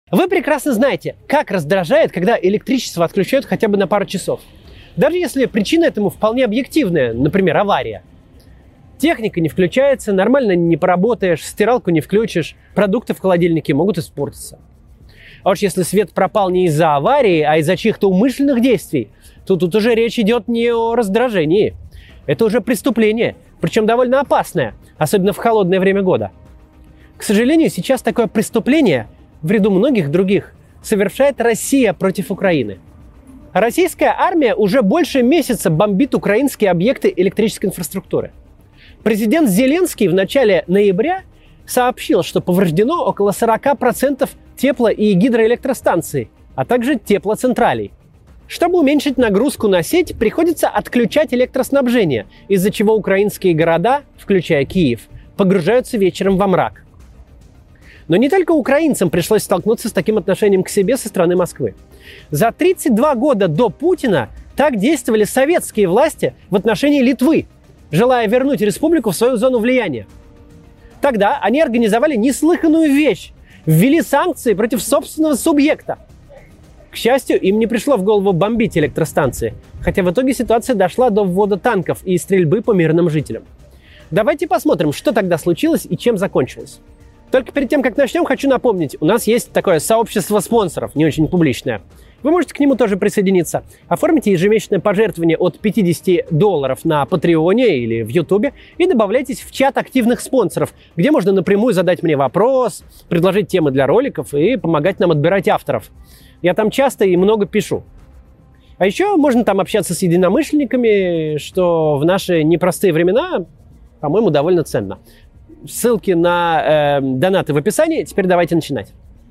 Вы прекрасно знаете, как раздражает, когда электричество отключают хотя бы на пару часов. Даже если причина этому вполне объективная, например, авария. Техника не включается, нормально не поработаешь, стиралку не включишь, продукты в холодильнике могут испортиться. А уж если свет пропал не из-за аварии, а из-за чьих-то умышленных действий, то тут уже речь идет не о раздражении. Это уже преступление, причем довольно опасное, особенно в холодное время года. К сожалению, сейчас такое преступление, в ряду многих других, совершает Россия против Украины. Российская армия уже больше месяца бомбит украинские объекты электрической инфраструктуры. Президент Зеленский в начале ноября сообщил, что повреждено около 40% тепло- и гидроэлектростанций, а также теплоцентралей. Чтобы уменьшить нагрузку на сеть, приходится отключать электроснабжение, из-за чего украинские города, включая Киев, погружаются вечером во мрак. Но не только украинцам пришлось столкнуться с таким отношением к себе со стороны Москвы. За 32 года до Путина так действовали советские власти в отношении Литвы, желая вернуть республику в свою зону влияния. Тогда они организовали неслыханную вещь – ввели санкции против собственного субъекта. К счастью, им не пришло в голову бомбить электростанции, хотя в итоге ситуация дошла до ввода танков и стрельбы по мирным жителям. Давайте посмотрим, что тогда случилось и чем закончилось. Только перед тем, как начнем, хочу напомнить, у нас есть такое сообщество спонсоров, не очень публичное. Вы можете к нему тоже присоединиться. Оформите ежемесячное пожертвование от $50 на Патреоне или в Ютубе и добавляйтесь в чат активных спонсоров, где можно напрямую задать мне вопрос, предложить темы для роликов и помогать нам отбирать авторов. Я там часто и много пишу. А еще можно там общаться с единомышленниками, что в наши непростые времена, по-моему, довольно ценно. Ссылки на донаты в описании. Теперь давайте начинать.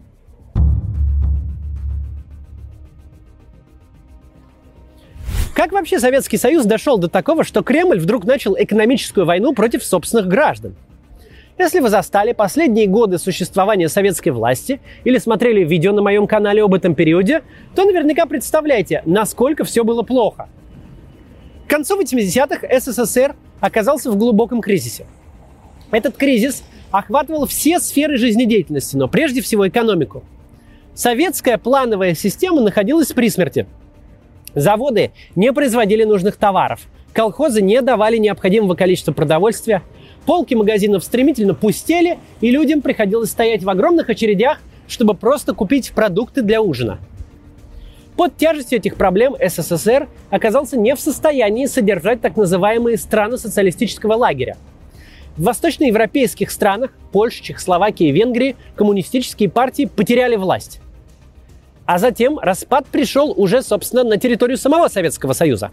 Как вообще Советский Союз дошел до такого, что Кремль вдруг начал экономическую войну против собственных граждан? Если вы застали последние годы существования советской власти или смотрели видео на моем канале об этом периоде, то наверняка представляете, насколько все было плохо. К концу 80-х СССР оказался в глубоком кризисе. Этот кризис охватывал все сферы жизнедеятельности, но прежде всего экономику. Советская плановая система находилась при смерти. Заводы не производили нужных товаров, колхозы не давали необходимого количества продовольствия, полки магазинов стремительно пустели, и людям приходилось стоять в огромных очередях, чтобы просто купить продукты для ужина. Под тяжестью этих проблем СССР оказался не в состоянии содержать так называемые страны социалистического лагеря. В восточноевропейских странах, Польше, Чехословакии и Венгрии, коммунистические партии потеряли власть. А затем распад пришел уже, собственно, на территорию самого Советского Союза.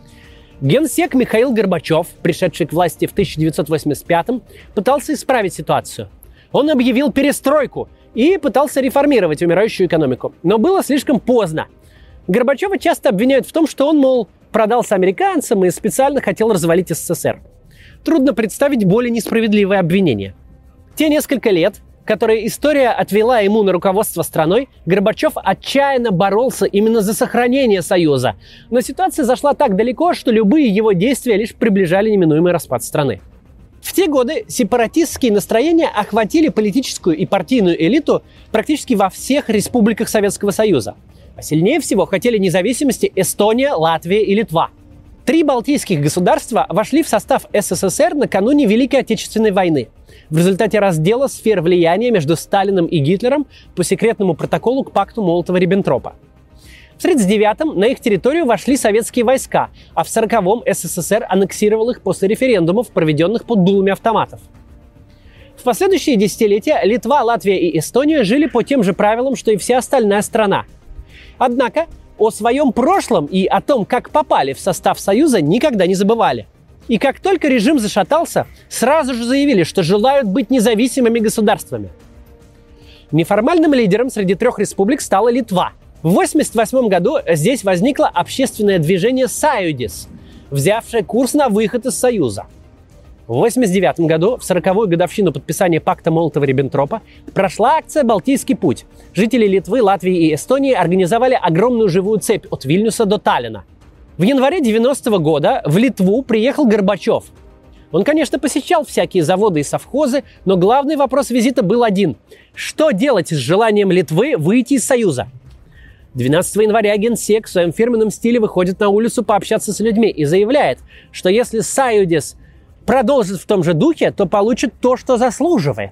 Генсек Михаил Горбачев, пришедший к власти в 1985-м, пытался исправить ситуацию. Он объявил перестройку и пытался реформировать умирающую экономику. Но было слишком поздно. Горбачева часто обвиняют в том, что он, мол, продался американцам и специально хотел развалить СССР. Трудно представить более несправедливое обвинение. Те несколько лет, которые история отвела ему на руководство страной, Горбачев отчаянно боролся именно за сохранение Союза. Но ситуация зашла так далеко, что любые его действия лишь приближали неминуемый распад страны. В те годы сепаратистские настроения охватили политическую и партийную элиту практически во всех республиках Советского Союза. А сильнее всего хотели независимости Эстония, Латвия и Литва. 3 балтийских государства вошли в состав СССР накануне Великой Отечественной войны в результате раздела сфер влияния между Сталиным и Гитлером по секретному протоколу к пакту Молотова-Риббентропа. В 1939-м на их территорию вошли советские войска, а в 1940-м СССР аннексировал их после референдумов, проведенных под дулами автоматов. В последующие десятилетия Литва, Латвия и Эстония жили по тем же правилам, что и вся остальная страна. Однако о своем прошлом и о том, как попали в состав Союза, никогда не забывали. И как только режим зашатался, сразу же заявили, что желают быть независимыми государствами. Неформальным лидером среди 3 республик стала Литва. В 1988 году здесь возникло общественное движение «Саюдис», взявшее курс на выход из Союза. В 1989 году, в 40-ю годовщину подписания пакта Молотова-Риббентропа, прошла акция «Балтийский путь». Жители Литвы, Латвии и Эстонии организовали огромную живую цепь от Вильнюса до Таллина. В январе 90-го года в Литву приехал Горбачев. Он, конечно, посещал всякие заводы и совхозы, но главный вопрос визита был один. Что делать с желанием Литвы выйти из Союза? 12 января Генсек в своем фирменном стиле выходит на улицу пообщаться с людьми и заявляет, что если Sajudis продолжит в том же духе, то получит то, что заслуживает.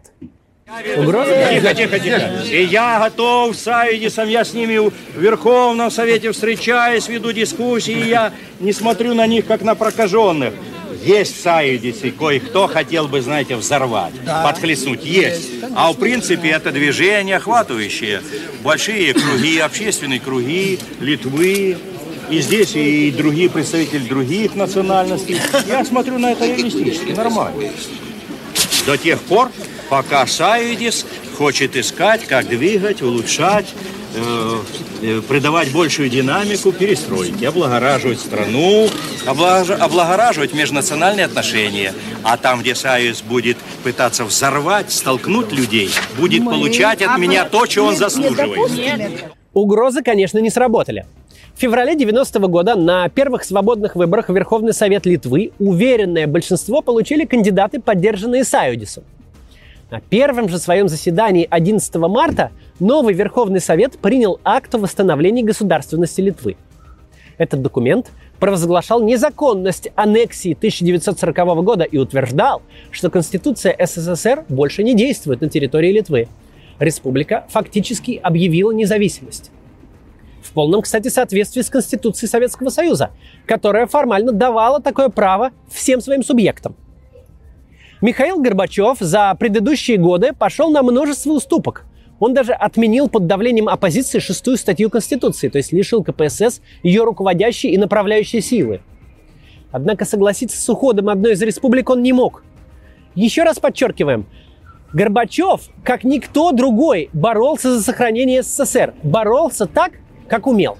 Тихо. И я готов с Sajudisом, я с ними в Верховном Совете встречаюсь, веду дискуссии, я не смотрю на них, как на прокаженных. Есть Sajudis, кое-кто хотел бы, знаете, взорвать, подхлестнуть. Есть. А в принципе это движение, охватывающее большие круги, общественные круги Литвы. И здесь и другие представители других национальностей. Я смотрю на это реалистически, нормально. До тех пор, пока Sajudis хочет искать, как двигать, улучшать, придавать большую динамику перестройки, облагораживать страну, облагораживать межнациональные отношения. А там, где Sajudis будет пытаться взорвать, столкнуть людей, будет получать от меня то, что он заслуживает. Угрозы, конечно, не сработали. В феврале 90-го года на первых свободных выборах в Верховный Совет Литвы уверенное большинство получили кандидаты, поддержанные Sajudisом. На первом же своем заседании 11 марта новый Верховный Совет принял акт о восстановлении государственности Литвы. Этот документ провозглашал незаконность аннексии 1940 года и утверждал, что Конституция СССР больше не действует на территории Литвы. Республика фактически объявила независимость. В полном, кстати, соответствии с Конституцией Советского Союза, которая формально давала такое право всем своим субъектам. Михаил Горбачев за предыдущие годы пошел на множество уступок. Он даже отменил под давлением оппозиции 6-ю статью Конституции, то есть лишил КПСС ее руководящей и направляющей силы. Однако согласиться с уходом одной из республик он не мог. Еще раз подчеркиваем, Горбачев, как никто другой, боролся за сохранение СССР. Боролся так, как умел.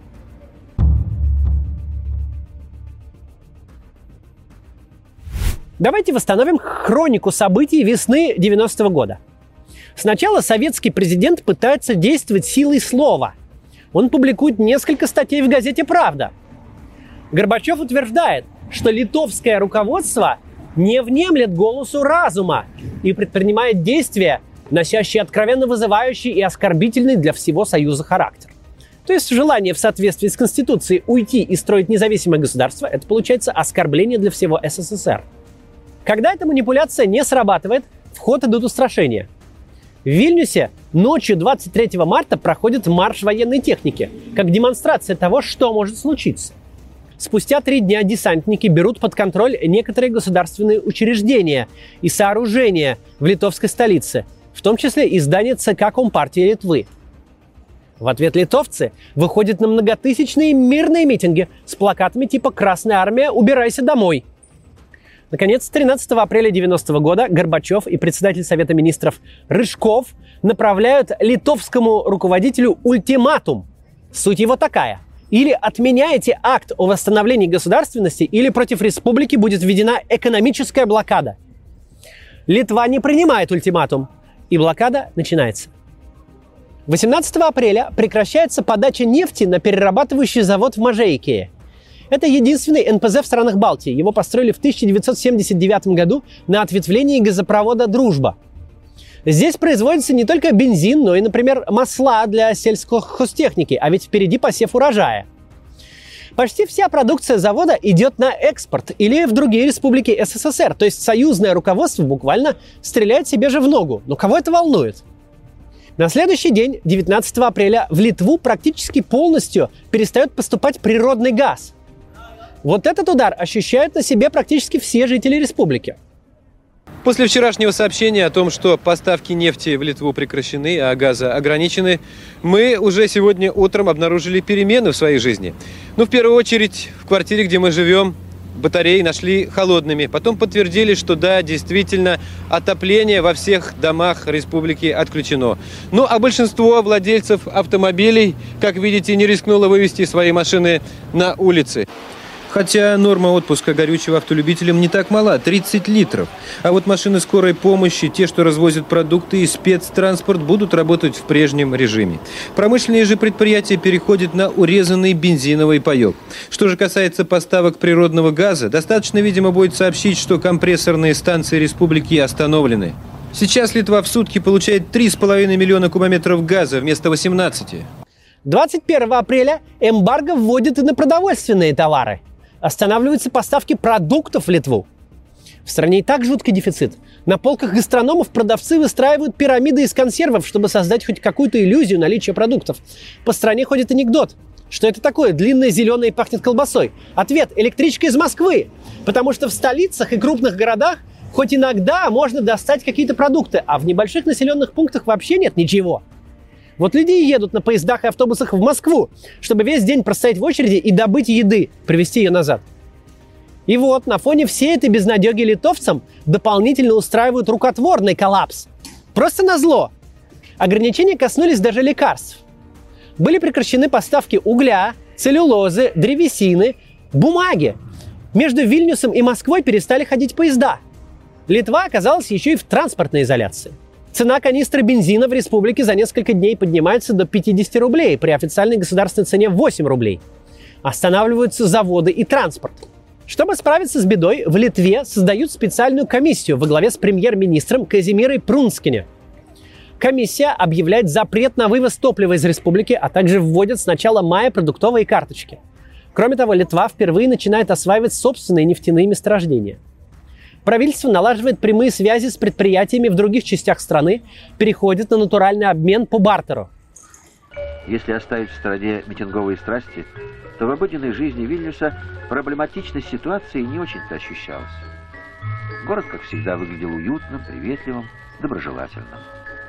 Давайте восстановим хронику событий весны 90-го года. Сначала советский президент пытается действовать силой слова. Он публикует несколько статей в газете «Правда». Горбачев утверждает, что литовское руководство не внемлет голосу разума и предпринимает действия, носящие откровенно вызывающий и оскорбительный для всего Союза характер. То есть желание в соответствии с Конституцией уйти и строить независимое государство – это, получается, оскорбление для всего СССР. Когда эта манипуляция не срабатывает, в ход идут устрашения. В Вильнюсе ночью 23 марта проходит марш военной техники, как демонстрация того, что может случиться. Спустя 3 дня десантники берут под контроль некоторые государственные учреждения и сооружения в литовской столице, в том числе и здание ЦК Компартии Литвы. В ответ литовцы выходят на многотысячные мирные митинги с плакатами типа «Красная армия, убирайся домой». Наконец, 13 апреля 90-го года Горбачев и председатель Совета министров Рыжков направляют литовскому руководителю ультиматум. Суть его такая. Или отменяете акт о восстановлении государственности, или против республики будет введена экономическая блокада. Литва не принимает ультиматум, и блокада начинается. 18 апреля прекращается подача нефти на перерабатывающий завод в Можейке. Это единственный НПЗ в странах Балтии. Его построили в 1979 году на ответвлении газопровода «Дружба». Здесь производится не только бензин, но и, например, масла для сельскохозтехники, а ведь впереди посев урожая. Почти вся продукция завода идет на экспорт или в другие республики СССР, то есть союзное руководство буквально стреляет себе же в ногу. Но кого это волнует? На следующий день, 19 апреля, в Литву практически полностью перестает поступать природный газ. Вот этот удар ощущают на себе практически все жители республики. После вчерашнего сообщения о том, что поставки нефти в Литву прекращены, а газа ограничены, мы уже сегодня утром обнаружили перемены в своей жизни. В первую очередь, в квартире, где мы живем, батареи нашли холодными. Потом подтвердили, что да, действительно, отопление во всех домах республики отключено. А большинство владельцев автомобилей, как видите, не рискнуло вывести свои машины на улицы. Хотя норма отпуска горючего автолюбителям не так мала – 30 литров. А вот машины скорой помощи, те, что развозят продукты и спецтранспорт, будут работать в прежнем режиме. Промышленные же предприятия переходят на урезанный бензиновый паёк. Что же касается поставок природного газа, достаточно, видимо, будет сообщить, что компрессорные станции республики остановлены. Сейчас Литва в сутки получает 3,5 миллиона кубометров газа вместо 18. 21 апреля эмбарго вводит и на продовольственные товары. Останавливаются поставки продуктов в Литву. В стране и так жуткий дефицит. На полках гастрономов продавцы выстраивают пирамиды из консервов, чтобы создать хоть какую-то иллюзию наличия продуктов. По стране ходит анекдот. Что это такое? Длинное, зеленое и пахнет колбасой. Ответ – электричка из Москвы. Потому что в столицах и крупных городах хоть иногда можно достать какие-то продукты, а в небольших населенных пунктах вообще нет ничего. Вот люди и едут на поездах и автобусах в Москву, чтобы весь день простоять в очереди и добыть еды, привезти ее назад. И вот на фоне всей этой безнадеги литовцам дополнительно устраивают рукотворный коллапс. Просто назло. Ограничения коснулись даже лекарств. Были прекращены поставки угля, целлюлозы, древесины, бумаги. Между Вильнюсом и Москвой перестали ходить поезда. Литва оказалась еще и в транспортной изоляции. Цена канистры бензина в республике за несколько дней поднимается до 50 рублей, при официальной государственной цене 8 рублей. Останавливаются заводы и транспорт. Чтобы справиться с бедой, в Литве создают специальную комиссию во главе с премьер-министром Казимирой Прунскине. Комиссия объявляет запрет на вывоз топлива из республики, а также вводит с начала мая продуктовые карточки. Кроме того, Литва впервые начинает осваивать собственные нефтяные месторождения. Правительство налаживает прямые связи с предприятиями в других частях страны, переходит на натуральный обмен по бартеру. Если оставить в стороне митинговые страсти, то в обыденной жизни Вильнюса проблематичность ситуации не очень-то ощущалась. Город, как всегда, выглядел уютным, приветливым, доброжелательным.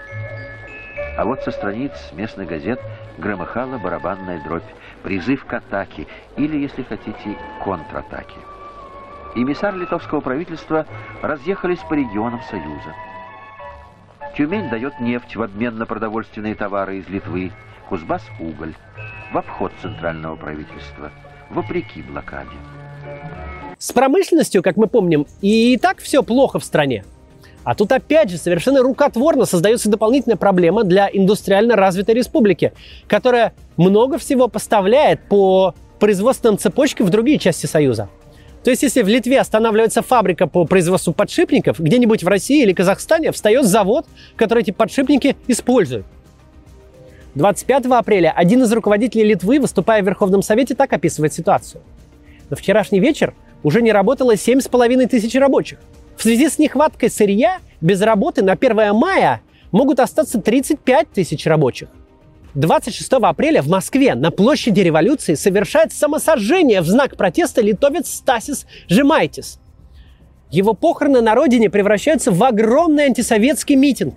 А вот со страниц местных газет громыхала барабанная дробь, призыв к атаке или, если хотите, контратаке. Эмиссары литовского правительства разъехались по регионам Союза. Тюмень дает нефть в обмен на продовольственные товары из Литвы, Кузбасс – уголь, в обход центрального правительства, вопреки блокаде. С промышленностью, как мы помним, и так все плохо в стране. А тут опять же совершенно рукотворно создается дополнительная проблема для индустриально развитой республики, которая много всего поставляет по производственным цепочкам в другие части Союза. То есть, если в Литве останавливается фабрика по производству подшипников, где-нибудь в России или Казахстане встает завод, который эти подшипники использует. 25 апреля один из руководителей Литвы, выступая в Верховном Совете, так описывает ситуацию. На вчерашний вечер уже не работало 7,5 тысяч рабочих. В связи с нехваткой сырья без работы на 1 мая могут остаться 35 тысяч рабочих. 26 апреля в Москве на площади Революции совершает самосожжение в знак протеста литовец Стасис Жемайтис. Его похороны на родине превращаются в огромный антисоветский митинг.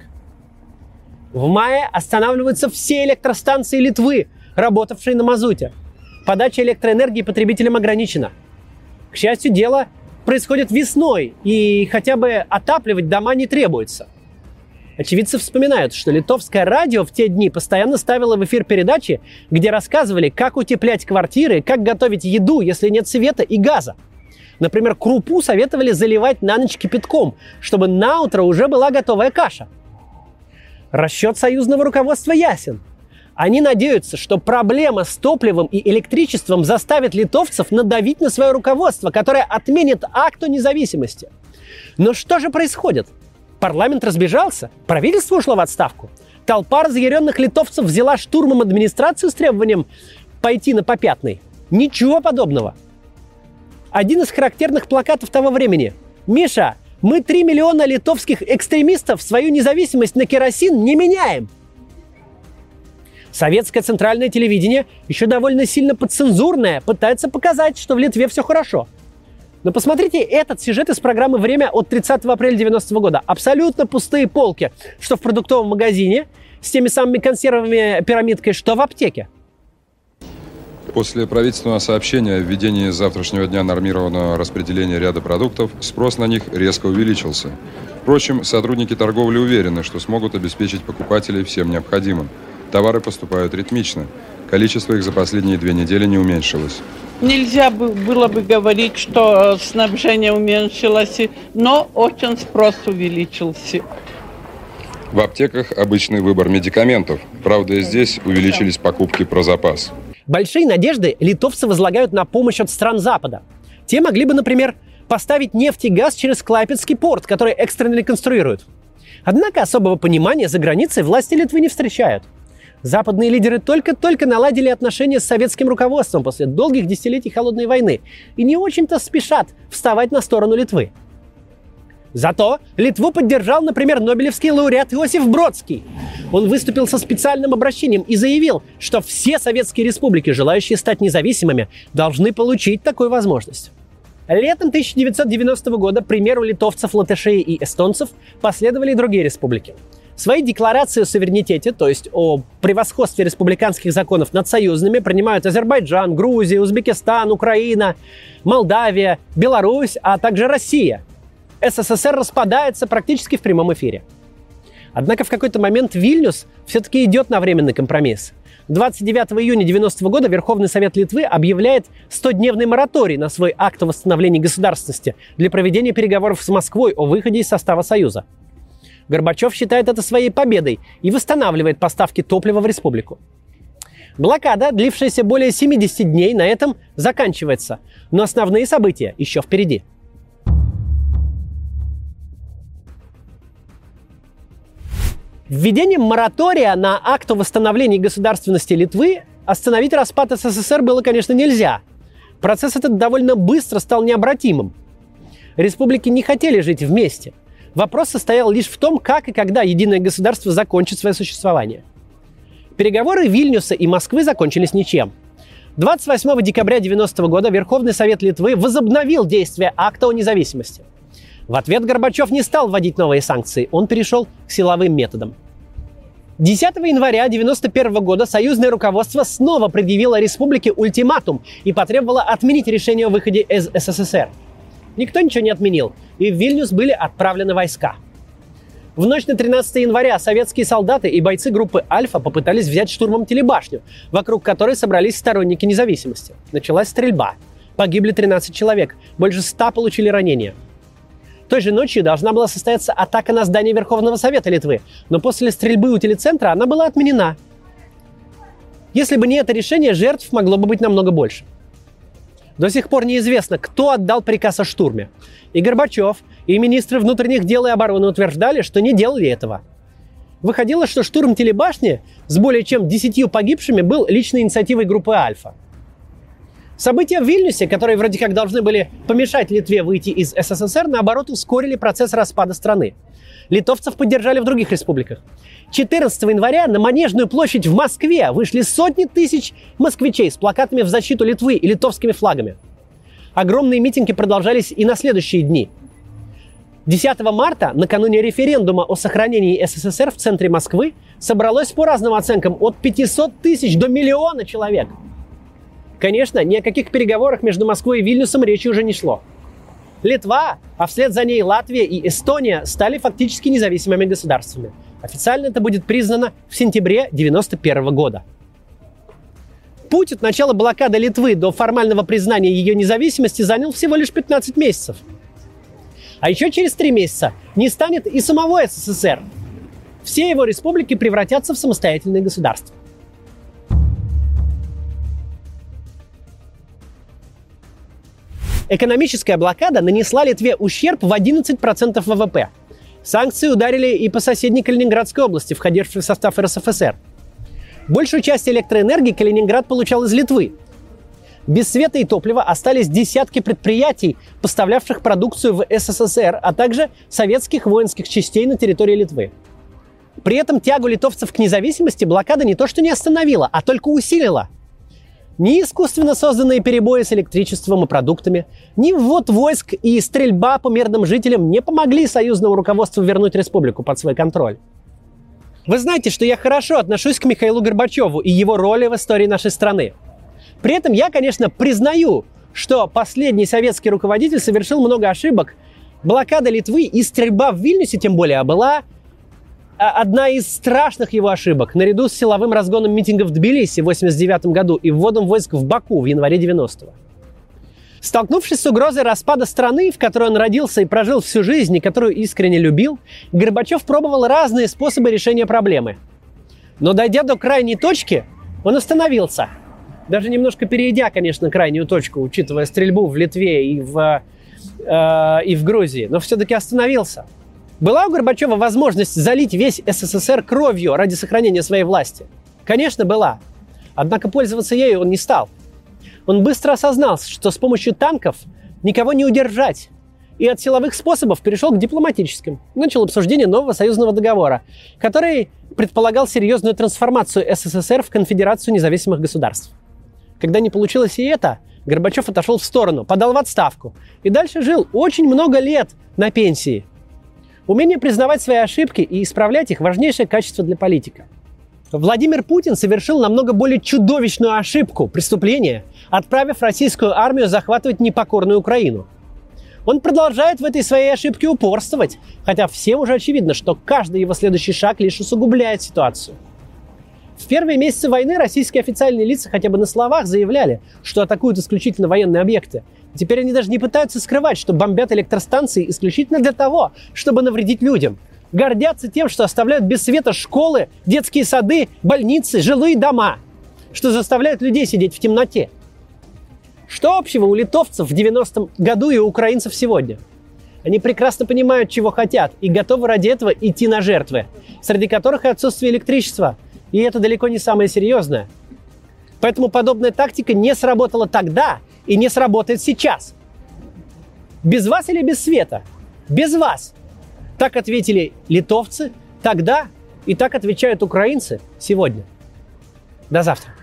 В мае останавливаются все электростанции Литвы, работавшие на мазуте. Подача электроэнергии потребителям ограничена. К счастью, дело происходит весной, и хотя бы отапливать дома не требуется. Очевидцы вспоминают, что литовское радио в те дни постоянно ставило в эфир передачи, где рассказывали, как утеплять квартиры, как готовить еду, если нет света и газа. Например, крупу советовали заливать на ночь кипятком, чтобы на утро уже была готовая каша. Расчет союзного руководства ясен. Они надеются, что проблема с топливом и электричеством заставит литовцев надавить на свое руководство, которое отменит акт о независимости. Но что же происходит? Парламент разбежался, правительство ушло в отставку. Толпа разъяренных литовцев взяла штурмом администрацию с требованием пойти на попятный. Ничего подобного. Один из характерных плакатов того времени. «Миша, мы 3 миллиона литовских экстремистов свою независимость на керосин не меняем». Советское центральное телевидение, еще довольно сильно подцензурное, пытается показать, что в Литве все хорошо. Но посмотрите этот сюжет из программы «Время» от 30 апреля 90 года. Абсолютно пустые полки, что в продуктовом магазине, с теми самыми консервами пирамидкой, что в аптеке. После правительственного сообщения о введении с завтрашнего дня нормированного распределения ряда продуктов, спрос на них резко увеличился. Впрочем, сотрудники торговли уверены, что смогут обеспечить покупателей всем необходимым. Товары поступают ритмично. Количество их за последние 2 недели не уменьшилось. Нельзя было бы говорить, что снабжение уменьшилось, но очень спрос увеличился. В аптеках обычный выбор медикаментов. Правда, и здесь увеличились покупки про запас. Большие надежды литовцы возлагают на помощь от стран Запада. Те могли бы, например, поставить нефть и газ через Клайпедский порт, который экстренно реконструируют. Однако особого понимания за границей власти Литвы не встречают. Западные лидеры только-только наладили отношения с советским руководством после долгих десятилетий холодной войны и не очень-то спешат вставать на сторону Литвы. Зато Литву поддержал, например, нобелевский лауреат Иосиф Бродский. Он выступил со специальным обращением и заявил, что все советские республики, желающие стать независимыми, должны получить такую возможность. Летом 1990 года, к примеру литовцев, латышей и эстонцев, последовали и другие республики. Свои декларации о суверенитете, то есть о превосходстве республиканских законов над союзными, принимают Азербайджан, Грузия, Узбекистан, Украина, Молдавия, Беларусь, а также Россия. СССР распадается практически в прямом эфире. Однако в какой-то момент Вильнюс все-таки идет на временный компромисс. 29 июня 1990 года Верховный Совет Литвы объявляет 100-дневный мораторий на свой акт о восстановлении государственности для проведения переговоров с Москвой о выходе из состава Союза. Горбачев считает это своей победой и восстанавливает поставки топлива в республику. Блокада, длившаяся более 70 дней, на этом заканчивается, но основные события еще впереди. Введением моратория на акт о восстановлении государственности Литвы остановить распад СССР было, конечно, нельзя. Процесс этот довольно быстро стал необратимым. Республики не хотели жить вместе. Вопрос состоял лишь в том, как и когда единое государство закончит свое существование. Переговоры Вильнюса и Москвы закончились ничем. 28 декабря 1990 года Верховный Совет Литвы возобновил действие акта о независимости. В ответ Горбачев не стал вводить новые санкции, он перешел к силовым методам. 10 января 1991 года союзное руководство снова предъявило республике ультиматум и потребовало отменить решение о выходе из СССР. Никто ничего не отменил, и в Вильнюс были отправлены войска. В ночь на 13 января советские солдаты и бойцы группы «Альфа» попытались взять штурмом телебашню, вокруг которой собрались сторонники независимости. Началась стрельба. Погибли 13 человек, больше 100 получили ранения. Той же ночью должна была состояться атака на здание Верховного Совета Литвы, но после стрельбы у телецентра она была отменена. Если бы не это решение, жертв могло бы быть намного больше. До сих пор неизвестно, кто отдал приказ о штурме. И Горбачев, и министры внутренних дел и обороны утверждали, что не делали этого. Выходило, что штурм телебашни с более чем 10 погибшими был личной инициативой группы «Альфа». События в Вильнюсе, которые вроде как должны были помешать Литве выйти из СССР, наоборот, ускорили процесс распада страны. Литовцев поддержали в других республиках. 14 января на Манежную площадь в Москве вышли сотни тысяч москвичей с плакатами в защиту Литвы и литовскими флагами. Огромные митинги продолжались и на следующие дни. 10 марта, накануне референдума о сохранении СССР в центре Москвы, собралось по разным оценкам от 500 тысяч до миллиона человек. Конечно, ни о каких переговорах между Москвой и Вильнюсом речи уже не шло. Литва, а вслед за ней Латвия и Эстония стали фактически независимыми государствами. Официально это будет признано в сентябре 1991 года. Путь от начала блокады Литвы до формального признания ее независимости занял всего лишь 15 месяцев. А еще через 3 месяца не станет и самого СССР. Все его республики превратятся в самостоятельные государства. Экономическая блокада нанесла Литве ущерб в 11% ВВП. Санкции ударили и по соседней Калининградской области, входившей в состав РСФСР. Большую часть электроэнергии Калининград получал из Литвы. Без света и топлива остались десятки предприятий, поставлявших продукцию в СССР, а также советских воинских частей на территории Литвы. При этом тягу литовцев к независимости блокада не то что не остановила, а только усилила. Ни искусственно созданные перебои с электричеством и продуктами, ни ввод войск и стрельба по мирным жителям не помогли союзному руководству вернуть республику под свой контроль. Вы знаете, что я хорошо отношусь к Михаилу Горбачеву и его роли в истории нашей страны. При этом я, конечно, признаю, что последний советский руководитель совершил много ошибок. Блокада Литвы и стрельба в Вильнюсе, тем более, была одна из страшных его ошибок, наряду с силовым разгоном митингов в Тбилиси в 1989 году и вводом войск в Баку в январе 90-го. Столкнувшись с угрозой распада страны, в которой он родился и прожил всю жизнь, и которую искренне любил, Горбачев пробовал разные способы решения проблемы. Но дойдя до крайней точки, он остановился. Даже немножко перейдя, конечно, крайнюю точку, учитывая стрельбу в Литве и в Грузии, но все-таки остановился. Была у Горбачева возможность залить весь СССР кровью ради сохранения своей власти? Конечно, была. Однако пользоваться ею он не стал. Он быстро осознал, что с помощью танков никого не удержать, и от силовых способов перешел к дипломатическим. Начал обсуждение нового союзного договора, который предполагал серьезную трансформацию СССР в конфедерацию независимых государств. Когда не получилось и это, Горбачев отошел в сторону, подал в отставку и дальше жил очень много лет на пенсии. Умение признавать свои ошибки и исправлять их – важнейшее качество для политика. Владимир Путин совершил намного более чудовищную ошибку, преступление, отправив российскую армию захватывать непокорную Украину. Он продолжает в этой своей ошибке упорствовать, хотя всем уже очевидно, что каждый его следующий шаг лишь усугубляет ситуацию. В первые месяцы войны российские официальные лица хотя бы на словах заявляли, что атакуют исключительно военные объекты. Теперь они даже не пытаются скрывать, что бомбят электростанции исключительно для того, чтобы навредить людям. Гордятся тем, что оставляют без света школы, детские сады, больницы, жилые дома, что заставляют людей сидеть в темноте. Что общего у литовцев в 90-м году и у украинцев сегодня? Они прекрасно понимают, чего хотят, и готовы ради этого идти на жертвы, среди которых и отсутствие электричества. И это далеко не самое серьезное. Поэтому подобная тактика не сработала тогда и не сработает сейчас. Без вас или без света? Без вас. Так ответили литовцы тогда, и так отвечают украинцы сегодня. До завтра.